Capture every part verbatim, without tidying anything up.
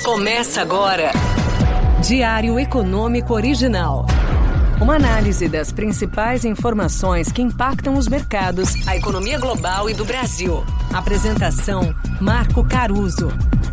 Começa agora. Diário Econômico Original. Uma análise das principais informações que impactam os mercados, a economia global e do Brasil. Apresentação: Marco Caruso.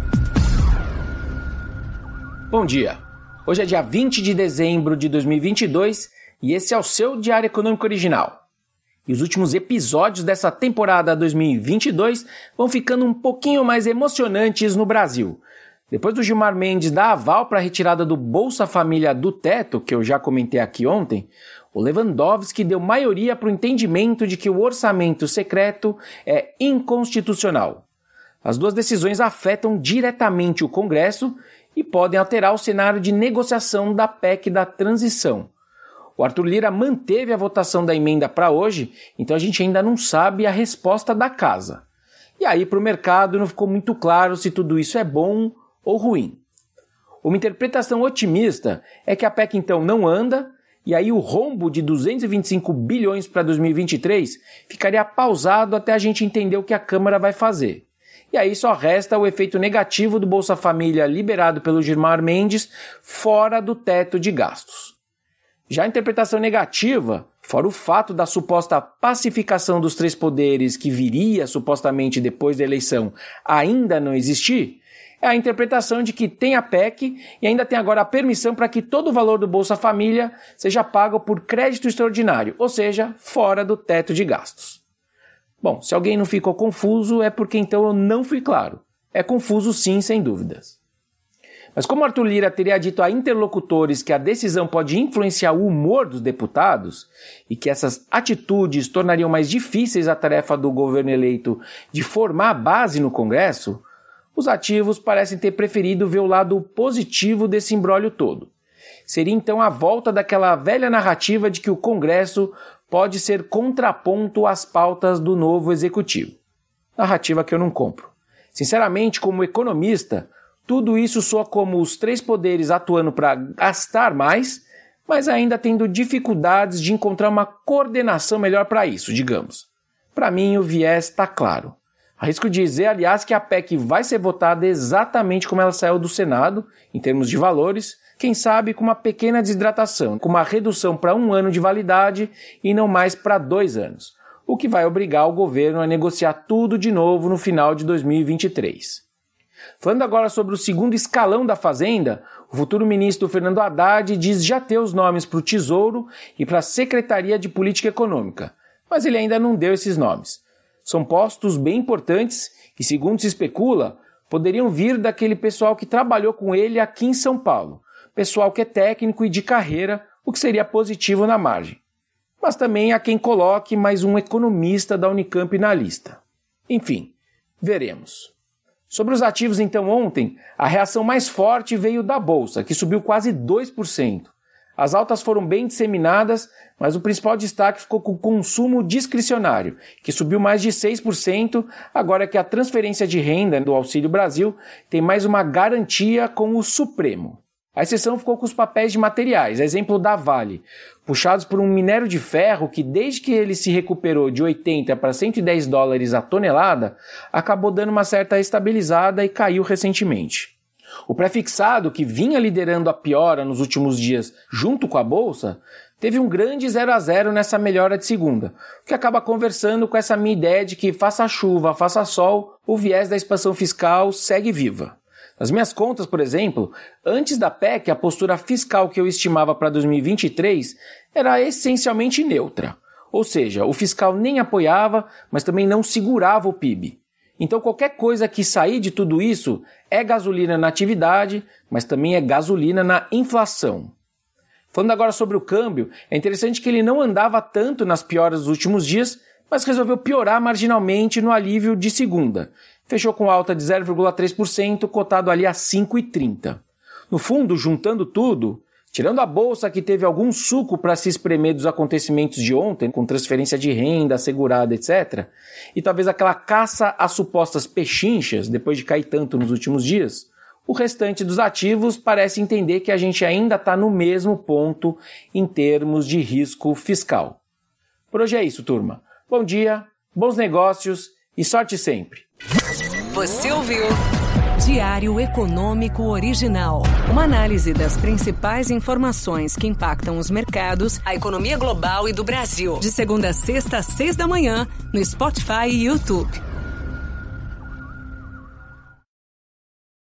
Bom dia. Hoje é dia vinte de dezembro de dois mil e vinte e dois e esse é o seu Diário Econômico Original. E os últimos episódios dessa temporada dois mil e vinte e dois vão ficando um pouquinho mais emocionantes no Brasil. Depois do Gilmar Mendes dar aval para a retirada do Bolsa Família do teto, que eu já comentei aqui ontem, o Lewandowski deu maioria para o entendimento de que o orçamento secreto é inconstitucional. As duas decisões afetam diretamente o Congresso e podem alterar o cenário de negociação da P E C da transição. O Arthur Lira manteve a votação da emenda para hoje, então a gente ainda não sabe a resposta da casa. E aí para o mercado não ficou muito claro se tudo isso é bom ou ruim. Uma interpretação otimista é que a P E C então não anda, e aí o rombo de duzentos e vinte e cinco bilhões para dois mil e vinte e três ficaria pausado até a gente entender o que a Câmara vai fazer. E aí só resta o efeito negativo do Bolsa Família liberado pelo Gilmar Mendes fora do teto de gastos. Já a interpretação negativa, fora o fato da suposta pacificação dos três poderes que viria supostamente depois da eleição ainda não existir, é a interpretação de que tem a P E C e ainda tem agora a permissão para que todo o valor do Bolsa Família seja pago por crédito extraordinário, ou seja, fora do teto de gastos. Bom, se alguém não ficou confuso é porque então eu não fui claro. É confuso sim, sem dúvidas. Mas como Arthur Lira teria dito a interlocutores que a decisão pode influenciar o humor dos deputados e que essas atitudes tornariam mais difíceis a tarefa do governo eleito de formar a base no Congresso, os ativos parecem ter preferido ver o lado positivo desse imbróglio todo. Seria então a volta daquela velha narrativa de que o Congresso pode ser contraponto às pautas do novo executivo. Narrativa que eu não compro. Sinceramente, como economista, tudo isso soa como os três poderes atuando para gastar mais, mas ainda tendo dificuldades de encontrar uma coordenação melhor para isso, digamos. Para mim, o viés está claro. Arrisco dizer, aliás, que a P E C vai ser votada exatamente como ela saiu do Senado, em termos de valores, quem sabe com uma pequena desidratação, com uma redução para um ano de validade e não mais para dois anos, o que vai obrigar o governo a negociar tudo de novo no final de dois mil e vinte e três. Falando agora sobre o segundo escalão da Fazenda, o futuro ministro Fernando Haddad diz já ter os nomes para o Tesouro e para a Secretaria de Política Econômica, mas ele ainda não deu esses nomes. São postos bem importantes e, segundo se especula, poderiam vir daquele pessoal que trabalhou com ele aqui em São Paulo, pessoal que é técnico e de carreira, o que seria positivo na margem. Mas também há quem coloque mais um economista da Unicamp na lista. Enfim, veremos. Sobre os ativos, então, ontem, a reação mais forte veio da Bolsa, que subiu quase dois por cento. As altas foram bem disseminadas, mas o principal destaque ficou com o consumo discricionário, que subiu mais de seis por cento, agora que a transferência de renda do Auxílio Brasil tem mais uma garantia com o Supremo. A exceção ficou com os papéis de materiais, exemplo da Vale, puxados por um minério de ferro que, desde que ele se recuperou de oitenta para cento e dez dólares a tonelada, acabou dando uma certa estabilizada e caiu recentemente. O pré-fixado, que vinha liderando a piora nos últimos dias junto com a Bolsa, teve um grande zero a zero nessa melhora de segunda, o que acaba conversando com essa minha ideia de que faça chuva, faça sol, o viés da expansão fiscal segue viva. Nas minhas contas, por exemplo, antes da P E C, a postura fiscal que eu estimava para dois mil e vinte e três era essencialmente neutra, ou seja, o fiscal nem apoiava, mas também não segurava o P I B. Então qualquer coisa que sair de tudo isso é gasolina na atividade, mas também é gasolina na inflação. Falando agora sobre o câmbio, é interessante que ele não andava tanto nas pioras dos últimos dias, mas resolveu piorar marginalmente no alívio de segunda. Fechou com alta de zero vírgula três por cento, cotado ali a cinco reais e trinta centavos. No fundo, juntando tudo, tirando a Bolsa que teve algum suco para se espremer dos acontecimentos de ontem, com transferência de renda, assegurada, etcétera, e talvez aquela caça às supostas pechinchas, depois de cair tanto nos últimos dias, o restante dos ativos parece entender que a gente ainda está no mesmo ponto em termos de risco fiscal. Por hoje é isso, turma. Bom dia, bons negócios e sorte sempre! Você ouviu Diário Econômico Original. Uma análise das principais informações que impactam os mercados, a economia global e do Brasil. De segunda a sexta, às seis da manhã, no Spotify e YouTube.